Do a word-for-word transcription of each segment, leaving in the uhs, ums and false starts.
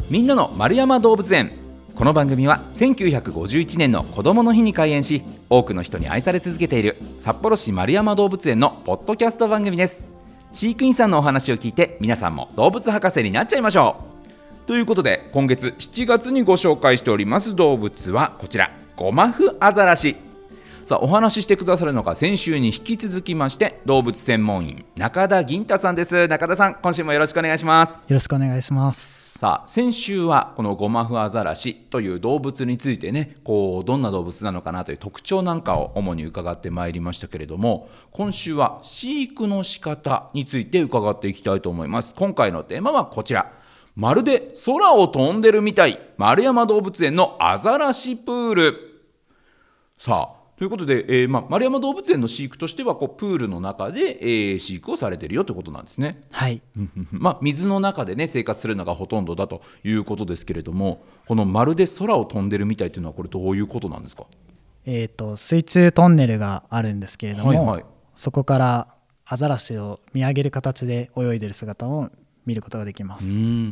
みんなの丸山動物園。この番組はせんきゅうひゃくごじゅういちねんの子どもの日に開園し、多くの人に愛され続けている札幌市丸山動物園のポッドキャスト番組です。飼育員さんのお話を聞いて、皆さんも動物博士になっちゃいましょう。ということで、今月しちがつにご紹介しております動物はこちら、ゴマフアザラシ。さあ、お話ししてくださるのが先週に引き続きまして動物専門員中田銀太さんです。中田さん、今週もよろしくお願いします。 よろしくお願いします。 さあ、先週はこのゴマフアザラシという動物についてね、こうどんな動物なのかなという特徴なんかを主に伺ってまいりましたけれども、今週は飼育の仕方について伺っていきたいと思います。今回のテーマはこちら、まるで空を飛んでるみたい、丸山動物園のアザラシプール。さあ、ということで、えーまあ、丸山動物園の飼育としてはこうプールの中で、えー、飼育をされているよということなんですね。 はい。 まあ、水の中で、ね、生活するのがほとんどだということですけれども、このまるで空を飛んでるみたいというのはこれどういうことなんですか？ えーと、水中トンネルがあるんですけれども、はいはい、そこからアザラシを見上げる形で泳いでいる姿を見ることができます。 うん、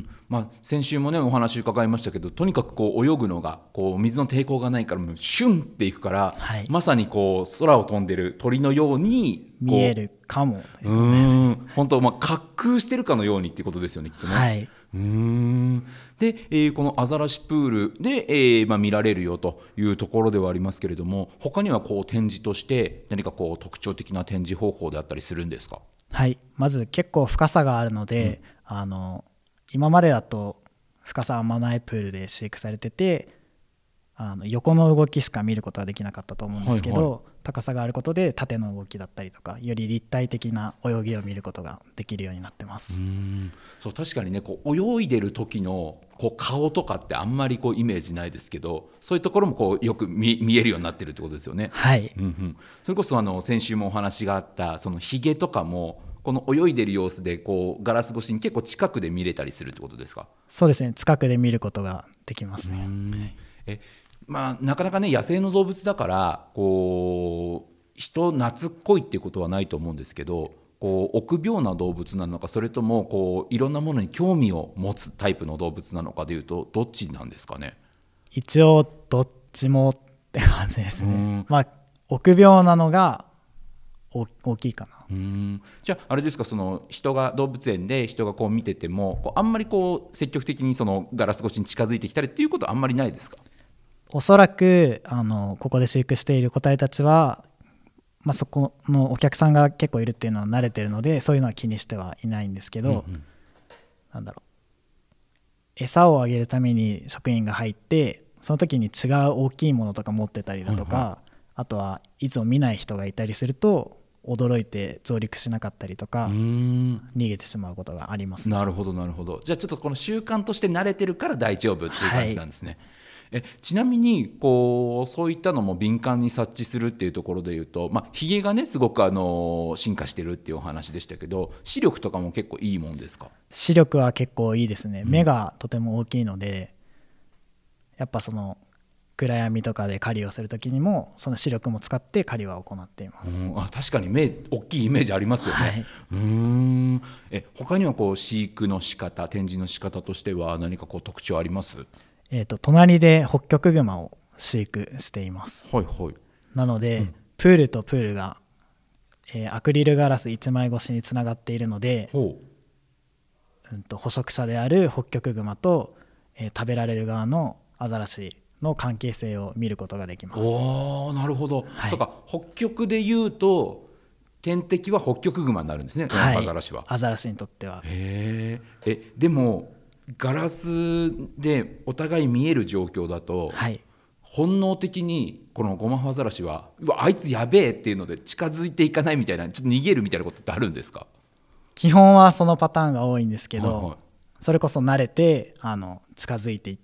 まあ、先週もねお話伺いましたけど、とにかくこう泳ぐのがこう水の抵抗がないからもうシュンっていくから、はい、まさにこう空を飛んでる鳥のように見えるかも。 うーん、本当、まあ、滑空してるかのようにっていうことですよね、きっとね。 はい、 うーんで、えー、このアザラシプールで、えーまあ、見られるよというところではありますけれども、他にはこう展示として何かこう特徴的な展示方法であったりするんですか？ はい、まず結構深さがあるので、うん、あの今までだと深さあんまないプールで飼育されてて、あの横の動きしか見ることができなかったと思うんですけど、はいはい、高さがあることで縦の動きだったりとか、より立体的な泳ぎを見ることができるようになってます。 うーん、そう、確かにね、こう泳いでる時のこう顔とかってあんまりこうイメージないですけど、そういうところもこうよく 見, 見えるようになってるってことですよね。 はい、 うんうん、それこそあの先週もお話があったそのヒゲとかも、この泳いでる様子でこうガラス越しに結構近くで見れたりするってことですか？ そうですね、近くで見ることができますね。 うん、えまあ、なかなかね野生の動物だからこう人懐っこいっていうことはないと思うんですけど、こう臆病な動物なのか、それともこういろんなものに興味を持つタイプの動物なのかでいうとどっちなんですかね？ 一応どっちもって感じですね。まあ、臆病なのが大きいかな。 うーん、じゃああれですか、その人が動物園で人がこう見ててもこうあんまりこう積極的にそのガラス越しに近づいてきたりっていうことはあんまりないですか？ おそらくあのここで飼育している個体たちは、まあ、そこのお客さんが結構いるっていうのは慣れてるので、そういうのは気にしてはいないんですけど、うんうん、なんだろう、餌をあげるために職員が入ってその時に違う大きいものとか持ってたりだとか、はいはい、あとはいつも見ない人がいたりすると驚いて上陸しなかったりとか、うーん、逃げてしまうことがあります、ね、 なるほどなるほど。じゃあちょっとこの習慣として慣れてるから大丈夫っていう感じなんですね。はい、えちなみにこうそういったのも敏感に察知するっていうところでいうと、まあ、ヒゲがねすごくあの進化してるっていうお話でしたけど、視力とかも結構いいもんですか？ 視力は結構いいですね。目がとても大きいので、うん、やっぱその暗闇とかで狩りをするときにもその視力も使って狩りは行っています。 うん、あ、確かに目大きいイメージありますよね。はい、うーん、え他にはこう飼育の仕方、展示の仕方としては何かこう特徴あります？ えーと、隣でホッキョクグマを飼育しています。 はいはい、 なので、うん、プールとプールが、えー、アクリルガラスいちまい越しにつながっているので、うん、と捕食者であるホッキョクグマと、えー、食べられる側のアザラシの関係性を見ることができます。 おー、なるほど、はい、そうか、北極でいうと天敵はホッキョクグマになるんですね、はい、アザラシは。 アザラシにとっては。 へー、えでもガラスでお互い見える状況だと、はい、本能的にこのゴマフアザラシはうわあいつやべえっていうので近づいていかないみたいな、ちょっと逃げるみたいなことってあるんですか？ 基本はそのパターンが多いんですけど、はいはい、それこそ慣れてあの近づいていって、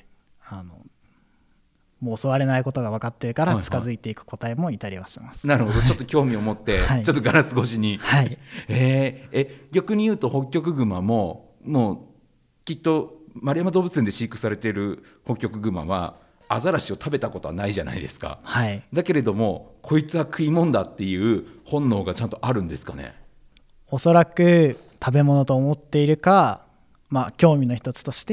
あのもう襲われないことが分かってるから近づいていく個体もいたりはします。 はいはい、なるほど、ちょっと興味を持って、はい、ちょっとガラス越しに、はい、えー、え逆に言うとホッキョクグマももうきっと丸山動物園で飼育されているホッキョクグマはアザラシを食べたことはないじゃないですか、はい、だけれどもこいつは食い物だっていう本能がちゃんとあるんですかね？ おそらく食べ物と思っているか、まあ、興味の一つとして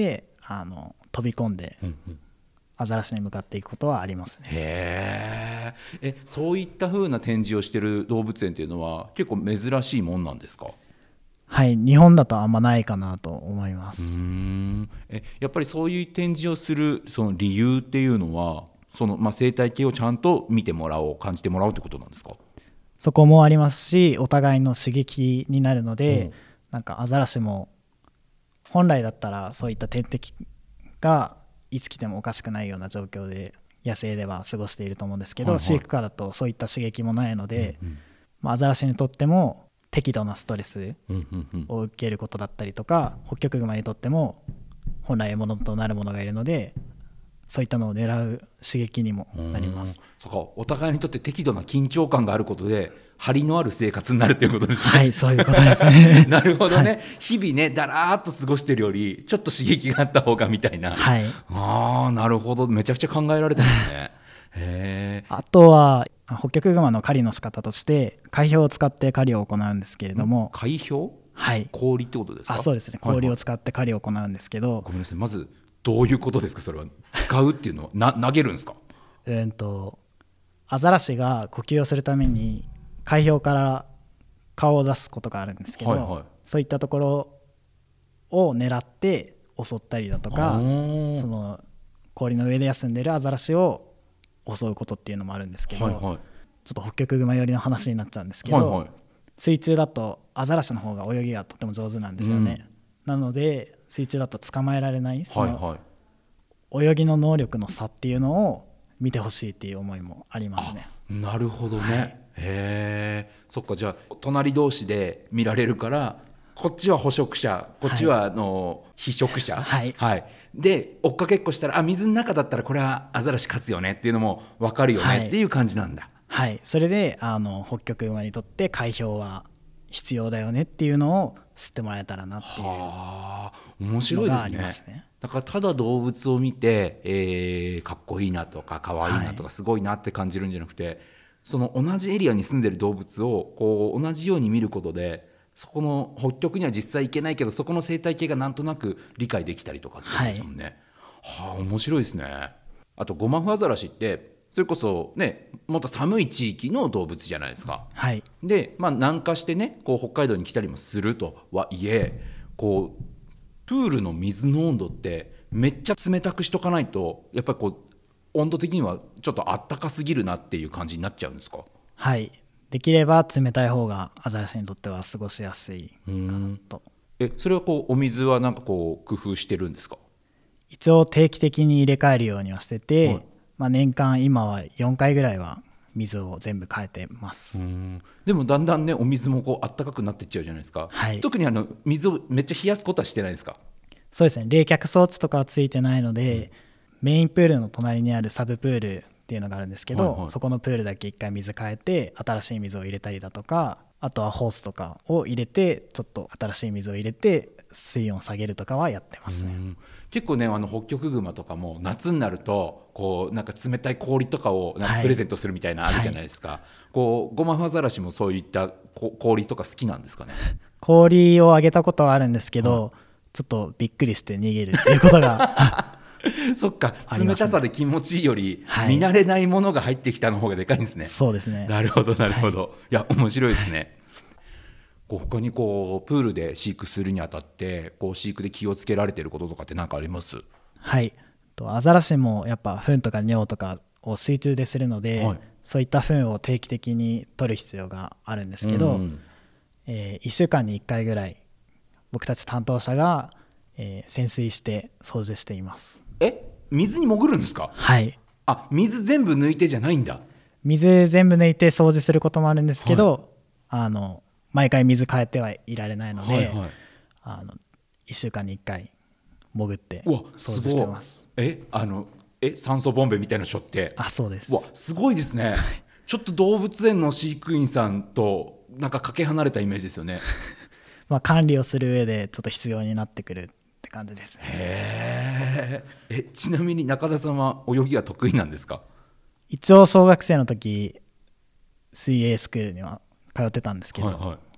あの飛び込んでアザラシに向かっていくことはありますね。 へえ、そういった風な展示をしている動物園っていうのは結構珍しいもんなんですか？ はい、日本だとあんまないかなと思います。 うーんえやっぱりそういう展示をするその理由っていうのはその、まあ、生態系をちゃんと見てもらおう感じてもらおうってことなんですか？ そこもありますし、お互いの刺激になるので、 うん、 なんかアザラシも本来だったらそういった天敵がいつ来てもおかしくないような状況で野生では過ごしていると思うんですけど、はいはい、飼育下だとそういった刺激もないので、うんうんまあ、アザラシにとっても適度なストレスを受けることだったりとか、ホッキョクグマにとっても本来獲物となるものがいるのでそういったのを狙う刺激にもなります。 そうか、お互いにとって適度な緊張感があることで張りのある生活になるということですね。 はい、そういうことですね。 なるほどね、はい、日々ねだらーっと過ごしてるよりちょっと刺激があった方がみたいな、 はい、 あーなるほど、めちゃくちゃ考えられてますね。へあとはホッキョクグマの狩りの仕方として海氷を使って狩りを行うんですけれども。 海氷？ はい、 氷ってことですか？ あ、そうですね、氷を使って狩りを行うんですけど、はいはい、 ごめんなさい、まずどういうことですか？それは使うっていうのはな投げるんですか？ うんとアザラシが呼吸をするために海氷から顔を出すことがあるんですけど、はいはい、そういったところを狙って襲ったりだとか、その氷の上で休んでいるアザラシを襲うことっていうのもあるんですけど、はいはい、ちょっとホッキョクグマ寄りの話になっちゃうんですけど、はいはい、水中だとアザラシの方が泳ぎがとても上手なんですよね、うん、なので水中だと捕まえられないその泳ぎの能力の差っていうのを見てほしいっていう思いもありますね。 なるほどね、はい、へえ、そっか、じゃあ隣同士で見られるからこっちは捕食者こっちはあの被食者、 はいはい、で追っかけっこしたらあ水の中だったらこれはアザラシ勝つよねっていうのも分かるよねっていう感じなんだ。 はい、はい、それであのホッキョクグマにとって海氷は必要だよねっていうのを知ってもらえたらなっていうのがありますね。 だからただ動物を見て、えー、かっこいいなとかかわいいなとかすごいなって感じるんじゃなくて、はい、その同じエリアに住んでる動物をこう同じように見ることでそこの北極には実際行けないけどそこの生態系がなんとなく理解できたりとかってことですもんね。はい、はあ、面白いですね。あとゴマフアザラシってそれこそねもっと寒い地域の動物じゃないですか。 はい、 で、まあ、南下してねこう北海道に来たりもするとはいえこうプールの水の温度ってめっちゃ冷たくしとかないとやっぱりこう温度的にはちょっとあったかすぎるなっていう感じになっちゃうんですか？ はい、できれば冷たい方がアザラシにとっては過ごしやすいかなと。 えそれはこうお水はなんかこう工夫してるんですか？ 一応定期的に入れ替えるようにはしてて、はい、まあ、年間今はよんかいぐらいは水を全部変えてます。 うん、でもだんだんねお水もこうあったかくなっていっちゃうじゃないですか、はい、特にあの水をめっちゃ冷やすことはしてないですか？ そうですね、冷却装置とかはついてないので、うん、メインプールの隣にあるサブプールっていうのがあるんですけど、はいはい、そこのプールだけ一回水変えて新しい水を入れたりだとか、あとはホースとかを入れてちょっと新しい水を入れて水温を下げるとかはやってますね。うん、 結構ねあのホッキョクグマとかも夏になるとこうなんか冷たい氷とかをなんかプレゼントするみたいなのあるじゃないですか、はいはい、こうゴマフアザラシもそういった氷とか好きなんですかね？ 氷をあげたことはあるんですけど、うん、ちょっとびっくりして逃げるっていうことがそっか、冷たさで気持ちいいより、はい、見慣れないものが入ってきたの方がでかいんですね。 そうですね。 なるほどなるほど、はい、いや面白いですね。こう他にこうプールで飼育するにあたってこう飼育で気をつけられていることとかって何かあります？ はい、とアザラシもやっぱ糞とか尿とかを水中でするので、はい、そういった糞を定期的に取る必要があるんですけど、うん、えー、いっしゅうかんにいっかいぐらい僕たち担当者が、えー、潜水して掃除しています。 え、水に潜るんですか？ はい。 あ、水全部抜いてじゃないんだ。 水全部抜いて掃除することもあるんですけど、はい、あの毎回水変えてはいられないので、はいはい、あのいっしゅうかんにいっかい潜って掃除してます。 え、あのえ酸素ボンベみたいなのしょって。 あ、そうです。 うわ、すごいですね。ちょっと動物園の飼育員さんとなんかかけ離れたイメージですよね。 まあ管理をする上でちょっと必要になってくるって感じですね。 へー。え、ちなみに中田さんは泳ぎが得意なんですか？ 一応小学生の時水泳スクールには通ってたんですけど、はいはい、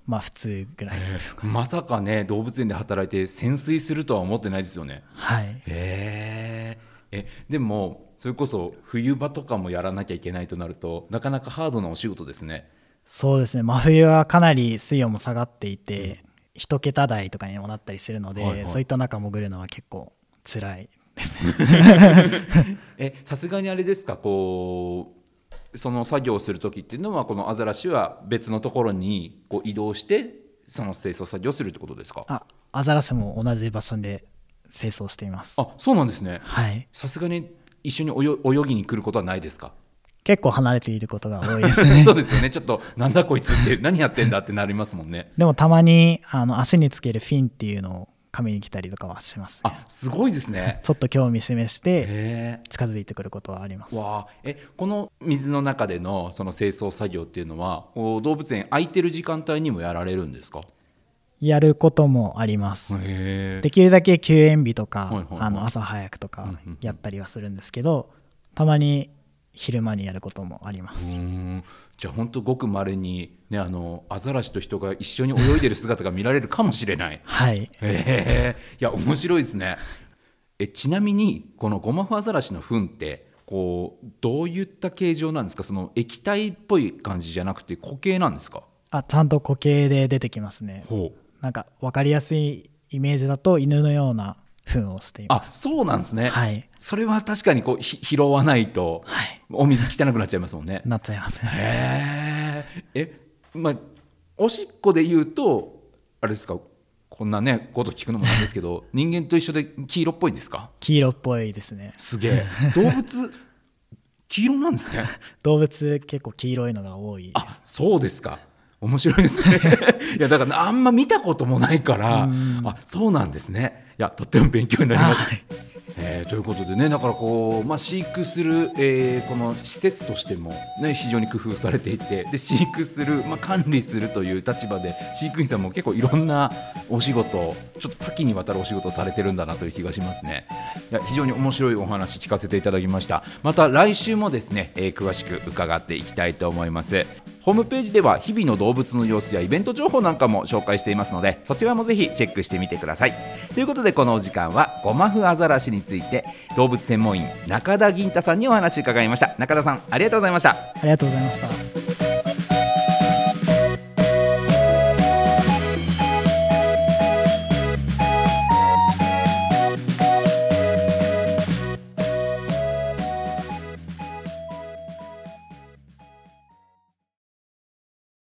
まあ普通ぐらいですか、 えー、まさかね動物園で働いて潜水するとは思ってないですよね。 はいへーえでもそれこそ冬場とかもやらなきゃいけないとなるとなかなかハードなお仕事ですね。 そうですね、真冬はかなり水温も下がっていて、うん、一桁台とかにもなったりするので、はいはい、そういった中潜るのは結構辛いですねえさすがにあれですか、こうその作業をする時っていうのはこのアザラシは別のところにこう移動してその清掃作業をするってことですか？ あ、アザラシも同じ場所で清掃しています。 あ、そうなんですね。 はい。 さすがに一緒に泳ぎに来ることはないですか？ 結構離れていることが多いですねそうですよね。ちょっとなんだこいつって何やってんだってなりますもんね。 でもたまにあの足につけるフィンっていうのを噛みに来たりとかはしますね。 あ、すごいですね。 ちょっと興味示して近づいてくることはあります。 わあ、えこの水の中でのその清掃作業っていうのは動物園空いてる時間帯にもやられるんですか？ やることもあります。 へー。 できるだけ休園日とか、 はいはいはい、 あの朝早くとかやったりはするんですけど、たまに昼間にやることもあります。 うーん、じゃあ本当ごく稀に、ね、あのアザラシと人が一緒に泳いでる姿が見られるかもしれないはいへー、いや面白いですね。えちなみにこのゴマフアザラシの糞ってこうどういった形状なんですか？その液体っぽい感じじゃなくて固形なんですか？ あ、ちゃんと固形で出てきますね。 ほう。 なんか分かりやすいイメージだと犬のような糞をしています。 あ、そうなんですね。 はい、 それは確かにこうひ拾わないとお水汚くなっちゃいますもんね。 なっちゃいますね。 へー。え、まあ、おしっこで言うとあれですか、こんなねこと聞くのもなんですけど人間と一緒で黄色っぽいんですか？ 黄色っぽいですね。 すげえ。動物黄色なんですね。 動物結構黄色いのが多いです。 あ、そうですか。面白いですねいやだからあんま見たこともないからあ、そうなんですね。いやとっても勉強になります、はいえー、ということでね、だからこう、まあ、飼育する、えー、この施設としても、ね、非常に工夫されていて、で飼育する、まあ、管理するという立場で飼育員さんも結構いろんなお仕事、ちょっと多岐にわたるお仕事をされてるんだなという気がしますね。いや非常に面白いお話聞かせていただきました。また来週もですね、えー、詳しく伺っていきたいと思います。ホームページでは日々の動物の様子やイベント情報なんかも紹介していますので、そちらもぜひチェックしてみてください。ということでこのお時間はゴマフアザラシについて動物専門員中田銀太さんにお話を伺いました。中田さんありがとうございました。 ありがとうございました。